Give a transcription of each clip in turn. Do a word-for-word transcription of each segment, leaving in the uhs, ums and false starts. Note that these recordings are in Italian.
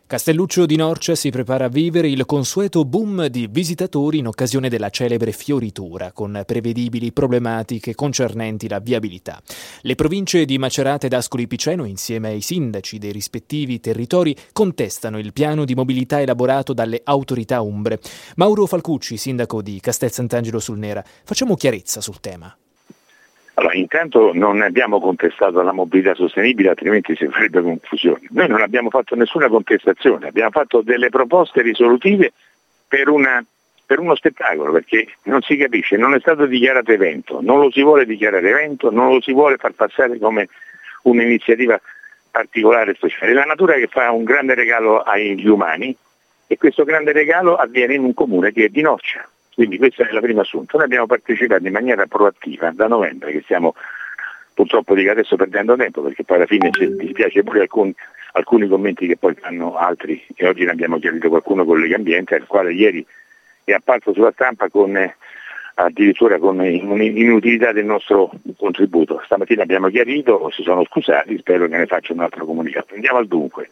Castelluccio di Norcia si prepara a vivere il consueto boom di visitatori in occasione della celebre fioritura, con prevedibili problematiche concernenti la viabilità. Le province di Macerata ed Ascoli Piceno, insieme ai sindaci dei rispettivi territori, contestano il piano di mobilità elaborato dalle autorità umbre. Mauro Falcucci, sindaco di Castel Sant'Angelo sul Nera, facciamo chiarezza sul tema. Allora, intanto non abbiamo contestato la mobilità sostenibile, altrimenti si farebbe confusione. Noi non abbiamo fatto nessuna contestazione, abbiamo fatto delle proposte risolutive per, una, per uno spettacolo, perché non si capisce, non è stato dichiarato evento, non lo si vuole dichiarare evento, non lo si vuole far passare come un'iniziativa particolare e speciale. È la natura che fa un grande regalo agli umani e questo grande regalo avviene in un comune che è di Norcia. Quindi questo è il primo assunto. Noi abbiamo partecipato in maniera proattiva da novembre, che stiamo purtroppo dico adesso perdendo tempo, perché poi alla fine ci dispiace pure alcuni, alcuni commenti che poi fanno altri, e oggi ne abbiamo chiarito qualcuno con Lega Ambiente, al quale ieri è apparso sulla stampa con eh, addirittura con inutilità del nostro contributo. Stamattina abbiamo chiarito, si sono scusati, spero che ne faccia un altro comunicato. Andiamo al dunque.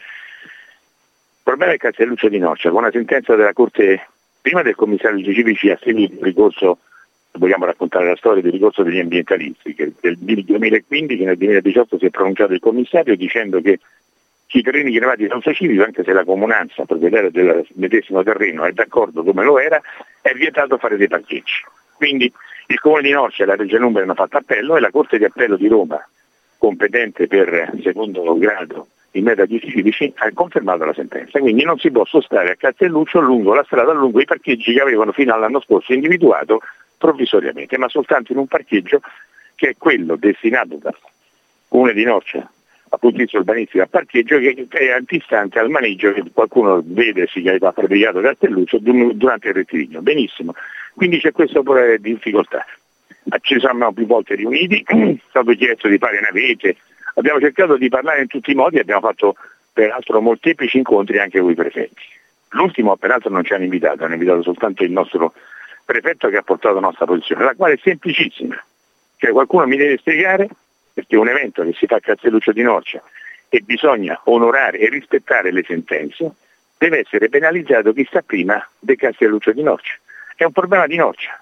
Il problema è Castelluccio di Norcia, con una sentenza della Corte. Prima del commissario G C P ci ha seguito il ricorso, vogliamo raccontare la storia del ricorso degli ambientalisti, che del duemilaquindici nel duemiladiciotto si è pronunciato il commissario dicendo che sui terreni chiamati da uso civico, anche se la comunanza proprietaria del medesimo terreno è d'accordo come lo era, è vietato fare dei parcheggi. Quindi il Comune di Norcia e la Regione Umbria hanno fatto appello e la Corte di Appello di Roma, competente per secondo grado in merito agli civici, ha confermato la sentenza. Quindi non si può sostare a Castelluccio lungo la strada, lungo i parcheggi che avevano fino all'anno scorso individuato provvisoriamente, ma soltanto in un parcheggio che è quello destinato dal Comune di Norcia a puntizzio urbanistico a parcheggio, che è antistante al maneggio che qualcuno vede si ha predicato Castelluccio durante il rettilineo. Benissimo, quindi c'è questa pure difficoltà. Ci siamo più volte riuniti, è stato chiesto di fare navette. Abbiamo cercato di parlare in tutti i modi, abbiamo fatto peraltro molteplici incontri anche con i prefetti. L'ultimo peraltro non ci hanno invitato, hanno invitato soltanto il nostro prefetto che ha portato la nostra posizione, la quale è semplicissima. Cioè qualcuno mi deve spiegare, perché è un evento che si fa a Castelluccio di Norcia e bisogna onorare e rispettare le sentenze, deve essere penalizzato chi sta prima del Castelluccio di Norcia. È un problema di Norcia.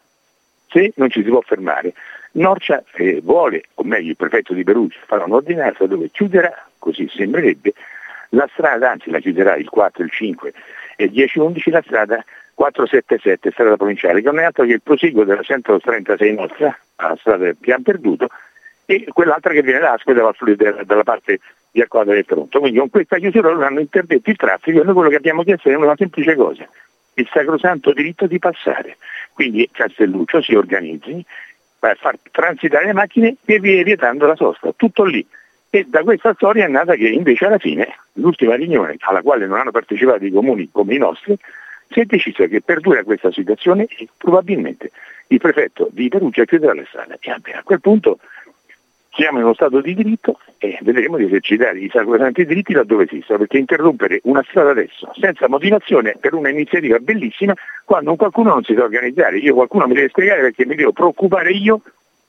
Se non ci si può fermare, Norcia eh, vuole, o meglio il prefetto di Perugia, farà un'ordinanza dove chiuderà, così sembrerebbe, la strada, anzi la chiuderà il quattro, il cinque e il dieci undici, la strada quattrocentosettantasette, strada provinciale, che non è altro che il proseguo della centotrentasei nostra, la strada del Pian Perduto, e quell'altra che viene da Ascoli dalla, dalla parte di Arquata del Tronto. Quindi con questa chiusura loro hanno interdetto il traffico e noi quello che abbiamo chiesto è una semplice cosa, il sacrosanto diritto di passare. Quindi Castelluccio si organizzi per far transitare le macchine e via vietando la sosta, tutto lì. E da questa storia è nata che invece alla fine, l'ultima riunione alla quale non hanno partecipato i comuni come i nostri, si è deciso che perdura questa situazione e probabilmente il prefetto di Perugia chiuderà le strade. E a quel punto siamo in uno stato di diritto e vedremo di esercitare i sacrosanti diritti laddove esistono, perché interrompere una strada adesso senza motivazione per una iniziativa bellissima, quando qualcuno non si sa organizzare, io qualcuno mi deve spiegare perché mi devo preoccupare io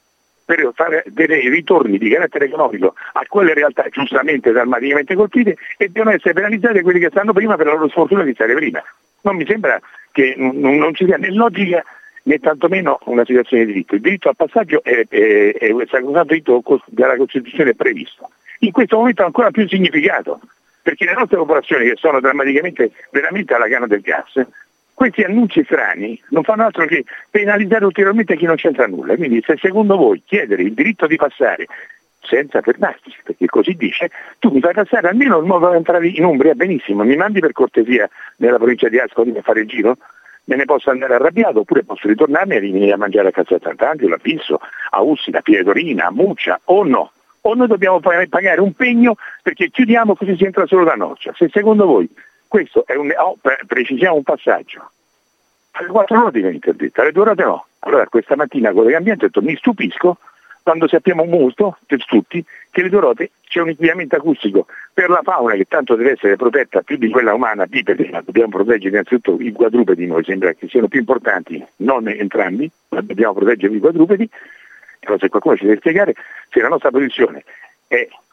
per fare dei ritorni di carattere economico a quelle realtà giustamente drammaticamente colpite e devono essere penalizzate quelli che stanno prima per la loro sfortuna di stare prima. Non mi sembra che non, non ci sia né logica né tantomeno una situazione di diritto. Il diritto al passaggio è, è, è un sacrosanto diritto dalla Costituzione previsto. In questo momento ha ancora più significato, perché le nostre popolazioni che sono drammaticamente veramente alla canna del gas, questi annunci strani non fanno altro che penalizzare ulteriormente chi non c'entra nulla. Quindi se secondo voi chiedere il diritto di passare senza fermarsi, perché così dice, tu mi fai passare almeno il modo di entrare in Umbria, benissimo, mi mandi per cortesia nella provincia di Ascoli a fare il giro? Me ne posso andare arrabbiato oppure posso ritornarmi e venire a mangiare a Castel Sant'Angelo, a Visso, a Ussita, a Pietorina, a Muccia, o no? O noi dobbiamo pagare un pegno perché chiudiamo così si entra solo da Norcia. Se secondo voi questo è un, oh, precisiamo un passaggio, alle quattro ore viene interdetta, alle due ore no. Allora questa mattina con Lega Ambiente ho detto mi stupisco quando sappiamo molto, per tutti, che le due rote c'è un inquinamento acustico per la fauna che tanto deve essere protetta più di quella umana, bipede, ma dobbiamo proteggere innanzitutto i quadrupedi, noi sembra che siano più importanti, non entrambi, ma dobbiamo proteggere i quadrupedi. Allora se qualcuno ci deve spiegare se la nostra posizione è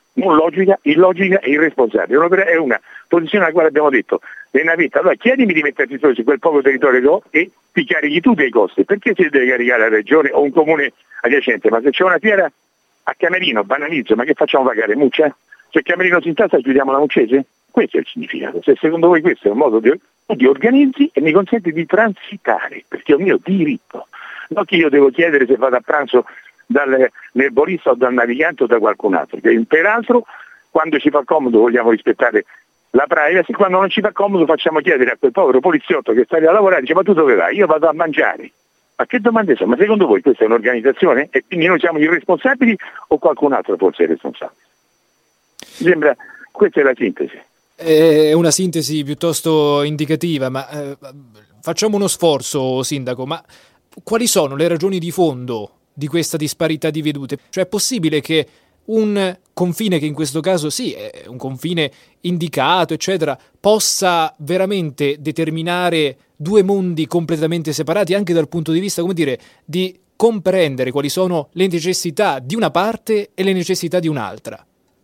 non logica, illogica e irresponsabile. È una posizione alla quale abbiamo detto le navette, allora chiedimi di metterti solo su quel poco territorio che ho e ti carichi tu dei costi, perché si deve caricare la regione o un comune adiacente? Ma se c'è una fiera a Camerino, banalizzo, ma che facciamo pagare? Muccia? Se Camerino si intassa chiudiamo la Muccese? Questo è il significato. Se secondo voi questo è un modo di, di organizzi e mi consente di transitare, perché è un mio diritto, non che io devo chiedere se vado a pranzo dall'erborista o dal navigante o da qualcun altro. Peraltro quando ci fa comodo vogliamo rispettare la privacy, quando non ci fa comodo facciamo chiedere a quel povero poliziotto che sta lì a lavorare, dice ma tu dove vai? Io vado a mangiare. Ma che domande sono? Ma secondo voi questa è un'organizzazione? E quindi noi siamo irresponsabili o qualcun altro forse è responsabile? Mi sembra, questa è la sintesi. È una sintesi piuttosto indicativa, ma eh, facciamo uno sforzo, Sindaco, ma quali sono le ragioni di fondo di questa disparità di vedute? Cioè è possibile che un confine, che in questo caso sì, è un confine indicato, eccetera, possa veramente determinare due mondi completamente separati anche dal punto di vista, come dire, di comprendere quali sono le necessità di una parte e le necessità di un'altra?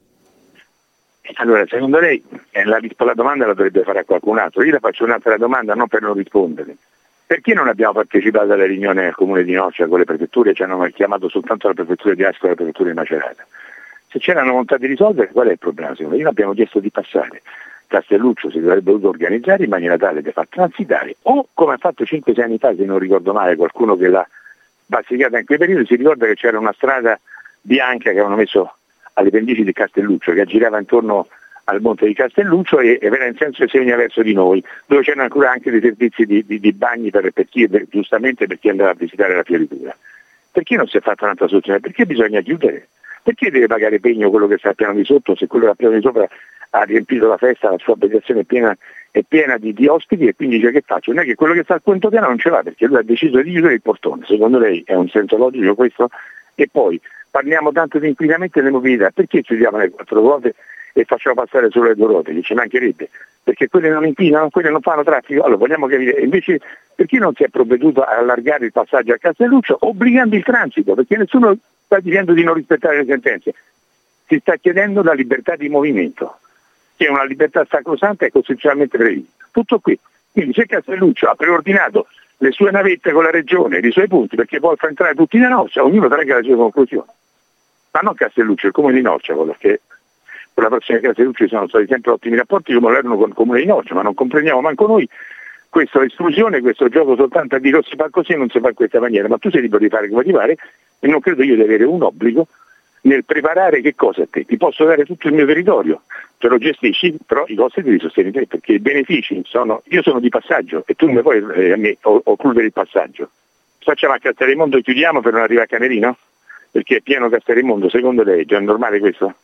Allora, secondo lei eh, la, la domanda la dovrebbe fare a qualcun altro. Io la faccio un'altra domanda, non per non rispondere. Perché non abbiamo partecipato alla riunione al comune di Norcia con le prefetture? Ci hanno chiamato soltanto la prefettura di Ascoli e la prefettura di Macerata. Se c'erano volontà di risolvere, qual è il problema? Secondo me, noi abbiamo chiesto di passare. Castelluccio si dovrebbe dovuto organizzare in maniera tale da far transitare, o come ha fatto cinque sei anni fa, se non ricordo male, qualcuno che l'ha bazzicata in quei periodi, si ricorda che c'era una strada bianca che avevano messo alle pendici di Castelluccio, che aggirava intorno al monte di Castelluccio e, e era in senso che si veniva verso di noi, dove c'erano ancora anche dei servizi di, di, di bagni per, per chi, per, giustamente per chi andava a visitare la fioritura. Perché non si è fatta un'altra soluzione? Perché bisogna chiudere? Perché deve pagare pegno quello che sta al piano di sotto, se quello che sta al piano di sopra ha riempito la festa, la sua abitazione è piena, è piena di, di ospiti e quindi dice che faccio? Non è che quello che sta al quinto piano non ce l'ha perché lui ha deciso di chiudere il portone. Secondo lei è un senso logico questo? E poi parliamo tanto di inquinamento e di mobilità, perché chiudiamo le quattro ruote e facciamo passare solo le due ruote? Che ci mancherebbe, perché quelle non inquinano, quelle non fanno traffico. Allora vogliamo capire, invece perché non si è provveduto a allargare il passaggio a Castelluccio obbligando il transito? Perché nessuno sta dicendo di non rispettare le sentenze, si sta chiedendo la libertà di movimento, che è una libertà sacrosanta e costituzionalmente prevista. Tutto qui. Quindi se Castelluccio ha preordinato le sue navette con la regione, i suoi punti, perché poi fa entrare tutti da Norcia, ognuno tragga le sue conclusioni. Ma non Castelluccio, il comune di Norcia, perché con la prossima Castelluccio ci sono stati sempre ottimi rapporti come lo erano con il comune di Norcia, ma non comprendiamo manco noi questa esclusione, questo gioco soltanto a dire si fa così e non si fa in questa maniera, ma tu sei libero di fare come ti pare e non credo io di avere un obbligo nel preparare che cosa a te. Ti posso dare tutto il mio territorio, te lo gestisci, però i costi devi sostenere te, perché i benefici sono, io sono di passaggio e tu mi puoi eh, a me occludere il passaggio. Facciamo a Castellamonto e chiudiamo per non arrivare a Camerino? Perché è pieno Castellamonto, secondo lei è già normale questo?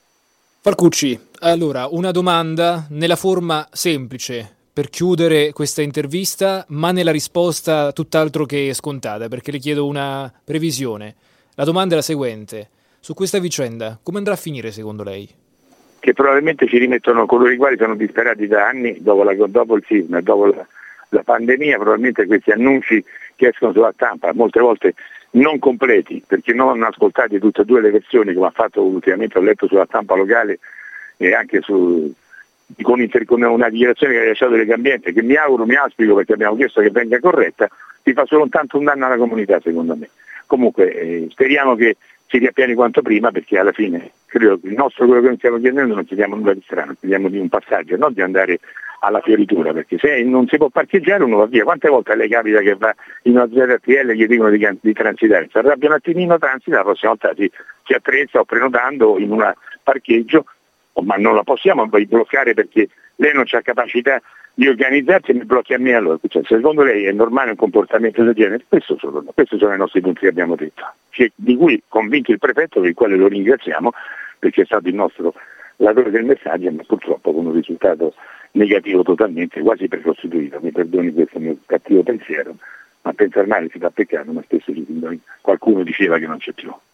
Falcucci, allora una domanda nella forma semplice per chiudere questa intervista, ma nella risposta tutt'altro che scontata, perché le chiedo una previsione. La domanda è la seguente: su questa vicenda come andrà a finire secondo lei? Che probabilmente ci rimettono coloro i quali sono disperati da anni dopo, la, dopo il sisma, dopo la, la pandemia, probabilmente questi annunci che escono sulla stampa, molte volte non completi, perché non ascoltati tutte e due le versioni, come ha fatto ultimamente, ho letto sulla stampa locale e anche su, con, inter, con una dichiarazione che ha lasciato Legambiente, che mi auguro, mi auspico, perché abbiamo chiesto che venga corretta, si fa soltanto un danno alla comunità secondo me. Comunque eh, speriamo che si riappiani quanto prima, perché alla fine credo che il nostro, quello che noi stiamo chiedendo, non chiediamo nulla di strano, chiediamo di un passaggio, non di andare alla fioritura, perché se non si può parcheggiare uno va via. Quante volte a lei capita che va in una Z T L e gli dicono di, di transitare? Si arrabbia un attimino, transita, la prossima volta si, si attrezza o prenotando in un parcheggio, ma non la possiamo poi bloccare perché lei non ha capacità di organizzarsi e mi blocchi a me. Allora, cioè, secondo lei è normale un comportamento del genere? Questo sono, questi sono i nostri punti che abbiamo detto, cioè, di cui convinto il prefetto, per il quale lo ringraziamo, perché è stato il nostro latore del messaggio, ma purtroppo con un risultato negativo totalmente, quasi precostituito. Mi perdoni questo mio cattivo pensiero, ma pensare male si fa peccato, ma spesso qualcuno diceva che non c'è più.